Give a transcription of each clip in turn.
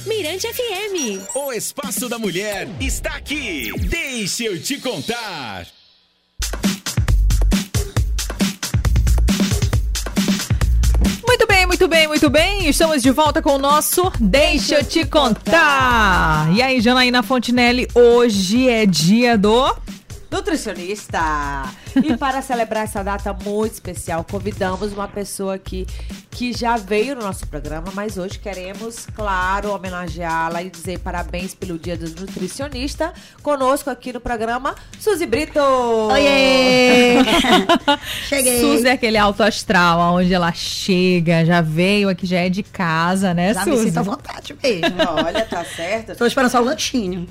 Mirante FM. O Espaço da Mulher está aqui. Deixa eu te contar. Muito bem. Estamos de volta com o nosso Deixa eu te contar. E aí, Janaína Fontinelli, hoje é dia do nutricionista. E para celebrar essa data muito especial, convidamos uma pessoa aqui que já veio no nosso programa, mas hoje queremos, claro, homenageá-la e dizer parabéns pelo dia do nutricionista. Conosco aqui no programa, Suzy Brito. Oiê! Cheguei. Suzy é aquele alto astral, onde ela chega, já veio aqui, já é de casa, né, já Suzy? Já me sinto à vontade mesmo. Olha, tá certo. Tô esperando só o lanchinho.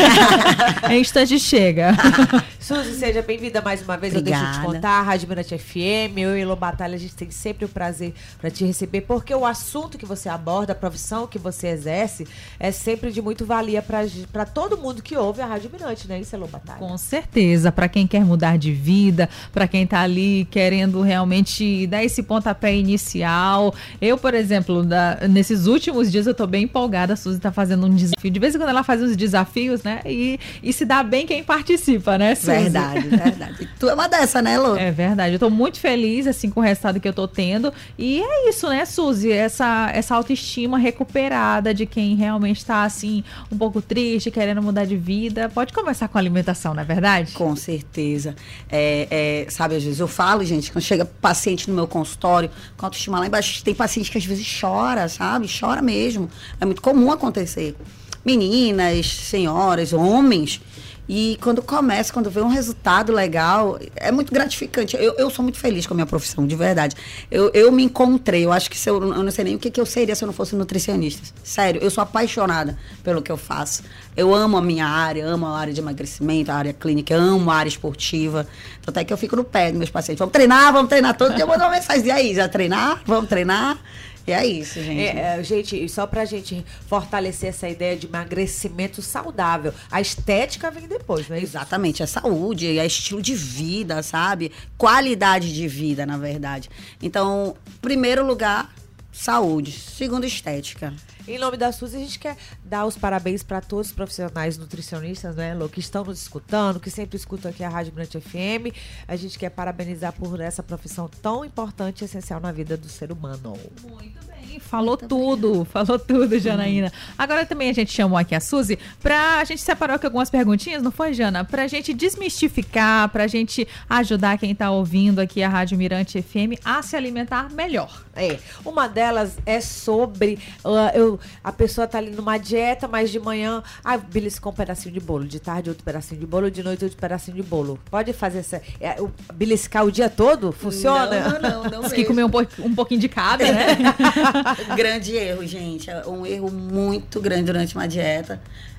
Em instante chega. Suzy, seja bem-vinda mais uma vez. Obrigada. Eu deixo te contar, a Rádio Mirante FM, eu e Elô Batalha, a gente tem sempre o prazer para te receber, porque o assunto que você aborda, a profissão que você exerce, é sempre de muito valia para todo mundo que ouve a Rádio Mirante, né? Isso, Elô Batalha? Com certeza, para quem quer mudar de vida, para quem tá ali querendo realmente dar esse pontapé inicial. Eu, por exemplo, nesses últimos dias eu tô bem empolgada, a Suzy tá fazendo um desafio. De vez em quando ela faz uns desafios, né? E se dá bem quem participa, né, Suzy? Verdade. E tu é uma dessa, né, Lô? É verdade. Eu tô muito feliz, assim, com o resultado que eu tô tendo. E é isso, né, Suzy? Essa autoestima recuperada de quem realmente tá, assim, um pouco triste, querendo mudar de vida. Pode começar com a alimentação, não é verdade? Com certeza. Sabe, às vezes eu falo, gente, quando chega paciente no meu consultório, com autoestima lá embaixo, tem paciente que às vezes chora, sabe? Chora mesmo. É muito comum acontecer. Meninas, senhoras, homens. E quando vê um resultado legal, é muito gratificante. Eu sou muito feliz com a minha profissão, de verdade. Eu me encontrei, eu acho que eu não sei nem o que eu seria se eu não fosse nutricionista. Sério, eu sou apaixonada pelo que eu faço. Eu amo a minha área, amo a área de emagrecimento, a área clínica, amo a área esportiva. Tanto é que eu fico no pé dos meus pacientes. Vamos treinar todo dia. Eu mando uma mensagem, e aí, já treinar? Vamos treinar? E é isso, gente. Gente, só pra gente fortalecer essa ideia de emagrecimento saudável. A estética vem depois, não é isso? Exatamente, é saúde, é estilo de vida, sabe? Qualidade de vida, na verdade. Então, primeiro lugar, saúde. Segundo, estética. Em nome da Suzy, a gente quer dar os parabéns para todos os profissionais nutricionistas, né, Lô, que estão nos escutando, que sempre escutam aqui a Rádio Mirante FM. A gente quer parabenizar por essa profissão tão importante e essencial na vida do ser humano. Muito bem, falou tudo, Janaína. Agora também a gente chamou aqui a Suzy a gente separou aqui algumas perguntinhas, não foi, Jana? Pra gente desmistificar, pra gente ajudar quem tá ouvindo aqui a Rádio Mirante FM a se alimentar melhor. Uma delas é sobre a pessoa tá ali numa dieta, mas de manhã beliscou um pedacinho de bolo, de tarde outro pedacinho de bolo, de noite outro pedacinho de bolo. Pode fazer beliscar o dia todo? Funciona? Não. Diz que comer um pouquinho de cada, né? Grande erro, gente. É um erro muito grande durante uma dieta.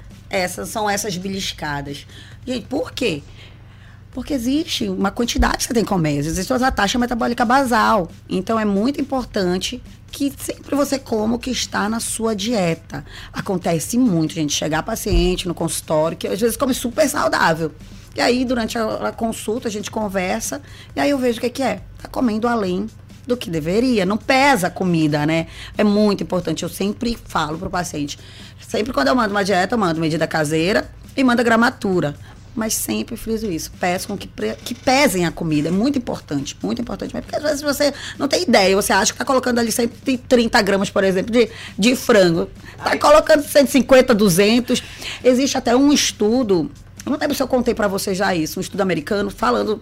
São essas beliscadas. Gente, por quê? Porque existe uma quantidade que você tem que comer. Existe a taxa metabólica basal. Então, é muito importante que sempre você coma o que está na sua dieta. Acontece muito, gente, chegar paciente no consultório, que às vezes come super saudável. E aí, durante a consulta, a gente conversa, e aí eu vejo o que é. Tá comendo além do que deveria. Não pesa a comida, né? É muito importante. Eu sempre falo pro paciente. Sempre quando eu mando uma dieta, eu mando medida caseira e mando a gramatura. Mas sempre friso isso. Peço com que pesem a comida. É muito importante mesmo. Porque às vezes você não tem ideia. Você acha que está colocando ali 130 gramas, por exemplo, de frango. Está colocando 150, 200. Existe até um estudo, não lembro se eu contei para você já isso, um estudo americano falando,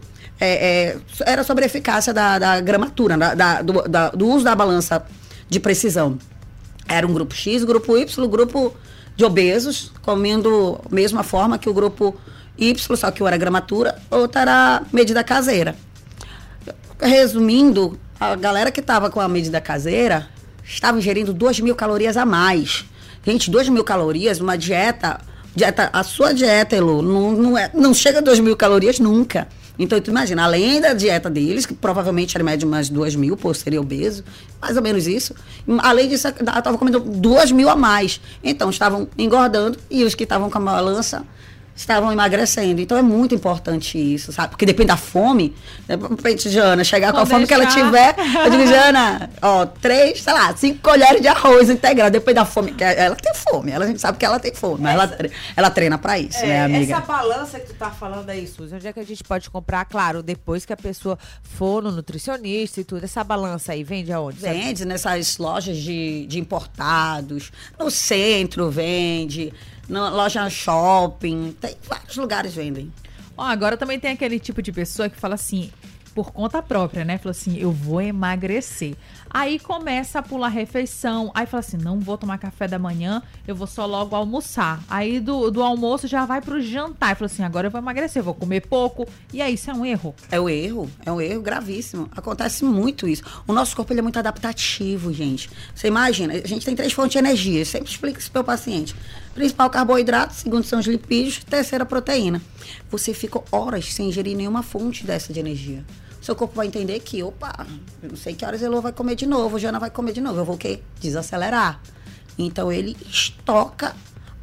era sobre a eficácia da gramatura, do uso da balança de precisão. Era um grupo X, grupo Y, grupo de obesos, comendo a mesma forma que o grupo Y, só que um era gramatura, outra era medida caseira. Resumindo, a galera que estava com a medida caseira estava ingerindo 2.000 calorias a mais. Gente, 2.000 calorias, uma dieta, a sua dieta, Elô, não chega a 2.000 calorias nunca. Então, tu imagina, além da dieta deles, que provavelmente era média umas 2.000, por ser obeso, mais ou menos isso, além disso, eu estava comendo 2.000 a mais. Então, estavam engordando e os que estavam com a balança estavam emagrecendo. Então é muito importante isso, sabe? Porque depende da fome. De repente, Jana, chegar com a fome que ela tiver, eu digo, Jana, 5 colheres de arroz integral. Depende da fome. Ela tem fome, a gente sabe que ela tem fome, mas ela treina pra isso, né, amiga? Essa balança que tu tá falando aí, Suzy, onde é que a gente pode comprar? Claro, depois que a pessoa for no nutricionista e tudo. Essa balança aí vende aonde? Vende nessas lojas de importados, no centro vende, na loja shopping, tem vários lugares vendem. Agora também tem aquele tipo de pessoa que fala assim, por conta própria, né? Fala assim, eu vou emagrecer. Aí começa a pular refeição. Aí fala assim, não vou tomar café da manhã, eu vou só logo almoçar. Aí do almoço já vai pro jantar. Fala assim, agora eu vou emagrecer, vou comer pouco. E aí, isso é um erro? É um erro gravíssimo. Acontece muito isso. O nosso corpo ele é muito adaptativo, gente. Você imagina, a gente tem 3 fontes de energia. Eu sempre explico isso pro meu paciente. Principal, carboidrato. Segundo, são os lipídios. Terceira, proteína. Você fica horas sem ingerir nenhuma fonte dessa de energia. Seu corpo vai entender que, eu não sei que horas Elô vai comer de novo, Jana vai comer de novo. Eu vou o quê? Desacelerar. Então, ele estoca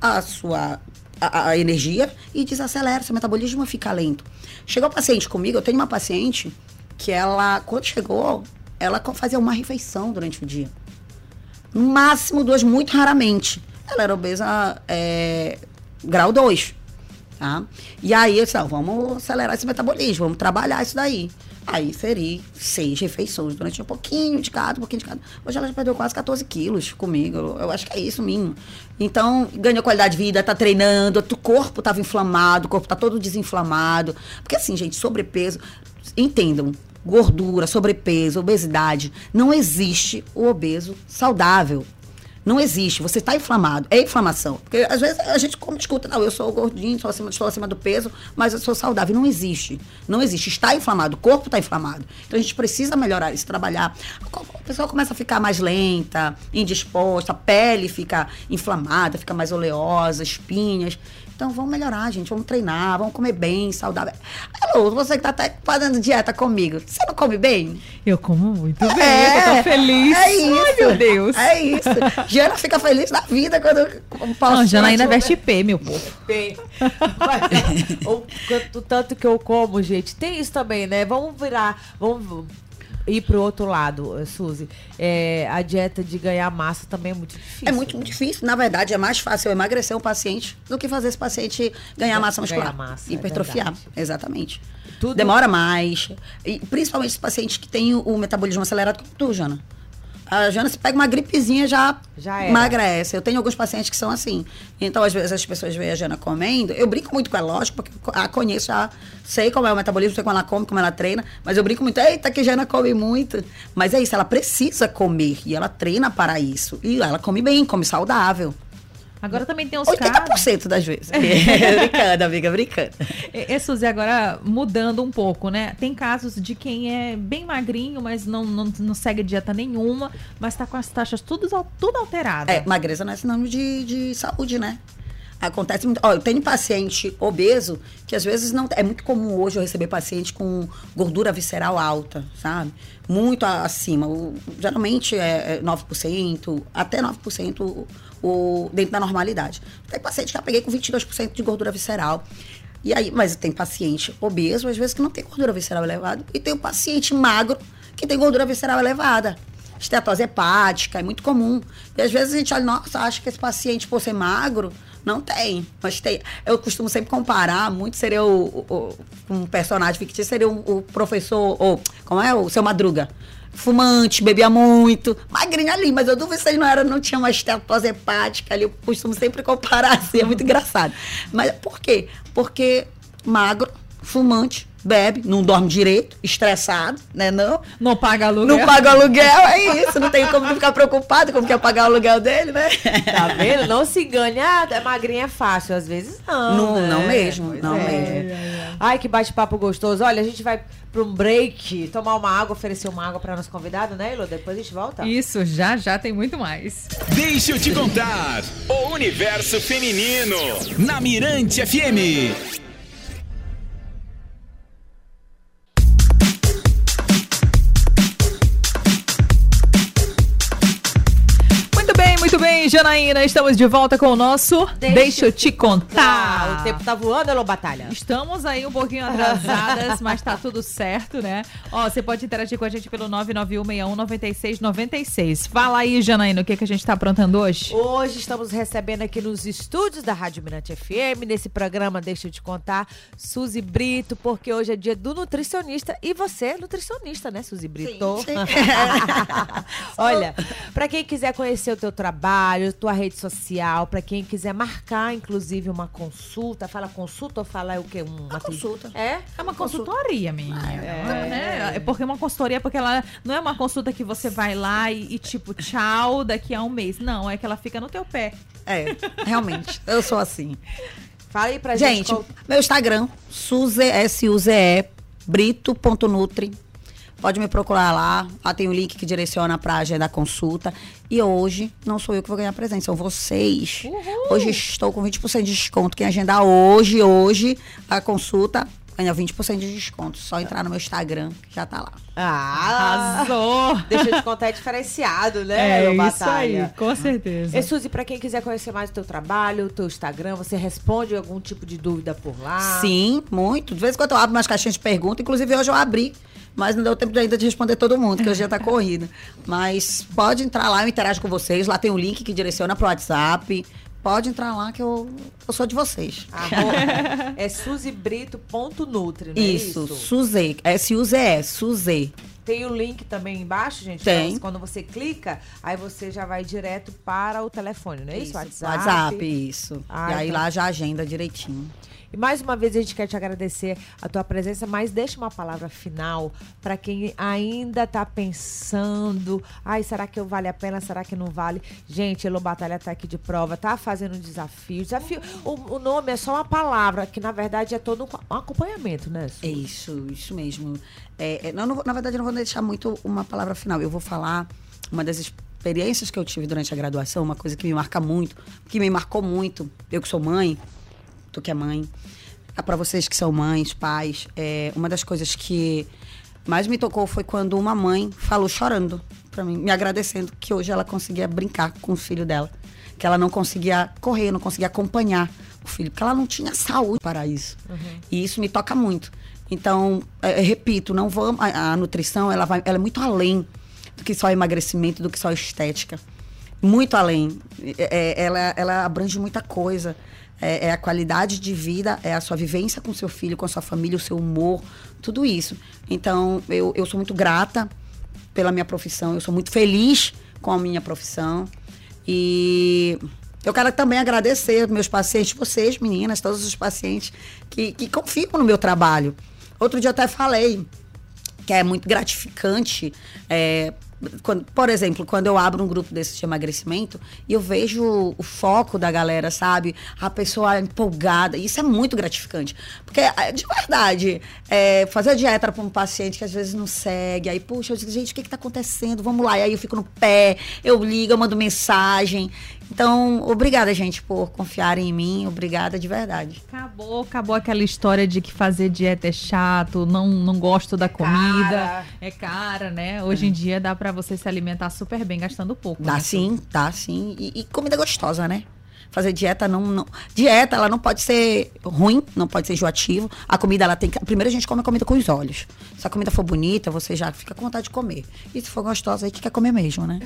a energia e desacelera. Seu metabolismo fica lento. Chegou um paciente comigo, eu tenho uma paciente que ela, quando chegou, ela fazia uma refeição durante o dia. No máximo 2, muito raramente. Ela era obesa grau 2. Tá? E aí, eu disse, vamos acelerar esse metabolismo, vamos trabalhar isso daí. Aí seria 6 refeições durante um pouquinho de cada. Hoje ela já perdeu quase 14 quilos comigo. Eu acho que é isso, mínimo. Então, ganhou qualidade de vida, tá treinando, o corpo tava inflamado, o corpo tá todo desinflamado. Porque assim, gente, sobrepeso, entendam, gordura, sobrepeso, obesidade, não existe o obeso saudável. Não existe, você está inflamado, é inflamação. Porque às vezes a gente escuta, não, eu sou gordinho, estou acima do peso, mas eu sou saudável. Não existe, está inflamado, o corpo está inflamado. Então a gente precisa melhorar isso, trabalhar. A pessoa começa a ficar mais lenta, indisposta, a pele fica inflamada, fica mais oleosa, espinhas. Então, vamos melhorar, gente. Vamos treinar, vamos comer bem, saudável. Alô, você que tá até fazendo dieta comigo, você não come bem? Eu como muito bem, eu tô feliz. É isso. Ai, meu Deus. É isso. Jana fica feliz da vida quando posso. Não, Jana ainda veste P, meu povo. P. O tanto que eu como, gente. Tem isso também, né? Vamos ir pro outro lado, Suzy. A dieta de ganhar massa também é muito difícil. É muito difícil. Na verdade, é mais fácil eu emagrecer um paciente do que fazer esse paciente ganhar massa muscular. Hipertrofiar. Exatamente. Tudo demora mais. E principalmente os pacientes que têm o metabolismo acelerado como tu, Jana. A Jana, se pega uma gripezinha, já emagrece. Eu tenho alguns pacientes que são assim. Então, às vezes, as pessoas veem a Jana comendo. Eu brinco muito com ela, lógico, porque a conheço, já sei como é o metabolismo, sei como ela come, como ela treina. Mas eu brinco muito, eita, que Jana come muito. Mas é isso, ela precisa comer. E ela treina para isso. E ela come bem, come saudável. Agora também tem os 80% das vezes. Brincando, amiga, brincando. Suzy, agora mudando um pouco, né? Tem casos de quem é bem magrinho, mas não segue dieta nenhuma, mas tá com as taxas tudo alterado. Magreza não é sinônimo de saúde, né? Acontece muito. Eu tenho paciente obeso que às vezes não. É muito comum hoje eu receber paciente com gordura visceral alta, sabe? Muito acima. Geralmente é 9%, até 9% dentro da normalidade. Tem paciente que eu peguei com 22% de gordura visceral. E aí, mas tem paciente obeso, às vezes, que não tem gordura visceral elevada. E tem um paciente magro que tem gordura visceral elevada. Esteatose hepática, é muito comum. E às vezes a gente olha, nossa, acha que esse paciente, por ser magro, não tem. Mas tem. Eu costumo sempre comparar, muito seria um personagem fictício, seria o professor, como é? O Seu Madruga. Fumante, bebia muito, magrinho ali, mas eu duvido se ele não tinha uma esteatose hepática ali. Eu costumo sempre comparar assim, é muito engraçado. Mas por quê? Porque magro, fumante, bebe, não dorme direito, estressado, né? Não paga aluguel. Não paga aluguel, é isso. Não tem como não ficar preocupado como que é pagar o aluguel dele, né? Tá vendo? Não se engane. Magrinha é fácil. Às vezes não, né? Não mesmo, pois não mesmo. Ai, que bate-papo gostoso. Olha, a gente vai para um break, tomar uma água, oferecer uma água para nosso convidado, né, Elô? Depois a gente volta. Isso, já tem muito mais. Deixa eu te contar. O universo feminino na Mirante FM. Muito bem, Janaína, estamos de volta com o nosso Deixa eu te contar. O tempo tá voando, Elô Batalha. Estamos aí um pouquinho atrasadas, mas tá tudo certo, né? Ó, você pode interagir com a gente pelo 991619696. Fala aí, Janaína, o que a gente tá aprontando hoje? Hoje estamos recebendo aqui nos estúdios da Rádio Mirante FM, nesse programa Deixa eu te contar, Suzy Brito, porque hoje é dia do nutricionista e você é nutricionista, né, Suzy Brito? Sim. Olha, pra quem quiser conhecer o teu trabalho, tua rede social, pra quem quiser marcar, inclusive, uma consulta, fala consulta ou fala o quê? Uma consulta. É? É uma consultoria, menina. É porque uma consultoria, porque ela não é uma consulta que você vai lá e tipo, tchau, daqui a um mês. Não, é que ela fica no teu pé. É, realmente. Eu sou assim. Fala aí pra gente. Gente, meu Instagram, Suze, S-U-Z-E, brito.nutri. Pode me procurar lá. Lá tem o link que direciona pra agenda da consulta. E hoje, não sou eu que vou ganhar presente, são vocês. Uhul. Hoje estou com 20% de desconto. Quem agendar hoje a consulta, ganha 20% de desconto. Só entrar no meu Instagram, que já tá lá. Arrasou! Deixa eu te contar, é diferenciado, né, É isso Batalha? aí, com certeza. E Suzy, pra quem quiser conhecer mais o teu trabalho, o teu Instagram, você responde algum tipo de dúvida por lá? Sim, muito. De vez em quando eu abro umas caixinhas de perguntas. Inclusive, hoje eu abri. Mas não deu tempo ainda de responder todo mundo, que hoje já tá corrida. Mas pode entrar lá, eu interajo com vocês. Lá tem um link que direciona pro WhatsApp. Pode entrar lá que eu sou de vocês. É suzybrito.nutri, não é Isso, isso? Suze, S-U-Z-E, Suze. Tem o link também embaixo, gente? Tem. Quando você clica, aí você já vai direto para o telefone, não é isso? WhatsApp, isso. Ah, e aí então. lá já agenda direitinho. E mais uma vez a gente quer te agradecer a tua presença, mas deixa uma palavra final para quem ainda tá pensando, ai, será que vale a pena, será que não vale? Gente, Elô Batalha tá aqui de prova, tá fazendo um desafio. O nome é só uma palavra, que na verdade é todo um acompanhamento, né? É isso mesmo. Na verdade, eu não vou deixar muito uma palavra final. Eu vou falar uma das experiências que eu tive durante a graduação, uma coisa que me marcou muito, eu que sou mãe, tu que é mãe, para vocês que são mães, pais, uma das coisas que mais me tocou foi quando uma mãe falou chorando para mim, me agradecendo que hoje ela conseguia brincar com o filho dela, que ela não conseguia correr, não conseguia acompanhar o filho, porque ela não tinha saúde para isso. E isso me toca muito. Então, repito, não vamos, a nutrição ela é muito além do que só emagrecimento, do que só estética. Muito além. Ela abrange muita coisa. É a qualidade de vida, é a sua vivência com seu filho, com a sua família, o seu humor, tudo isso. Então, eu sou muito grata pela minha profissão, eu sou muito feliz com a minha profissão. E eu quero também agradecer meus pacientes, vocês, meninas, todos os pacientes que confiam no meu trabalho. Outro dia eu até falei que é muito gratificante, por exemplo, quando eu abro um grupo desse de emagrecimento e eu vejo o foco da galera, sabe? A pessoa empolgada. Isso é muito gratificante. Porque, de verdade, fazer dieta para um paciente que às vezes não segue, aí, puxa, eu digo, gente, o que tá acontecendo? Vamos lá. E aí eu fico no pé, eu ligo, eu mando mensagem. Então, obrigada, gente, por confiarem em mim. Obrigada de verdade. Acabou aquela história de que fazer dieta é chato, não gosto da comida. É cara, né? Hoje em dia dá pra você se alimentar super bem gastando pouco. Dá né? sim. E comida gostosa, né? Fazer dieta dieta, ela não pode ser ruim, não pode ser enjoativo. A comida, ela tem que... Primeiro a gente come a comida com os olhos. Se a comida for bonita, você já fica com vontade de comer. E se for gostosa, aí que quer comer mesmo, né?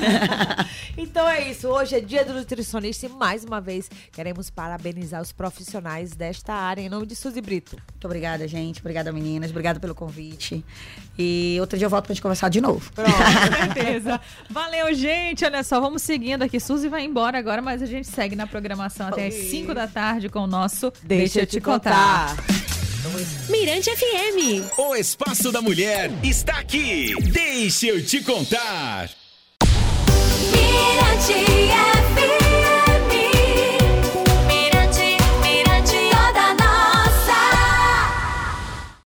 Então é isso. Hoje é dia do nutricionista e mais uma vez queremos parabenizar os profissionais desta área em nome de Suzy Brito. Muito obrigada, gente. Obrigada, meninas. Obrigada pelo convite. E outro dia eu volto pra gente conversar de novo. Pronto, com certeza. Valeu, gente. Olha só, vamos seguindo aqui. Suzy vai embora agora, mas a gente segue na programação até às 5 da tarde com o nosso Deixa eu te contar. Mirante FM. O Espaço da Mulher está aqui. Deixa eu te contar. Mirante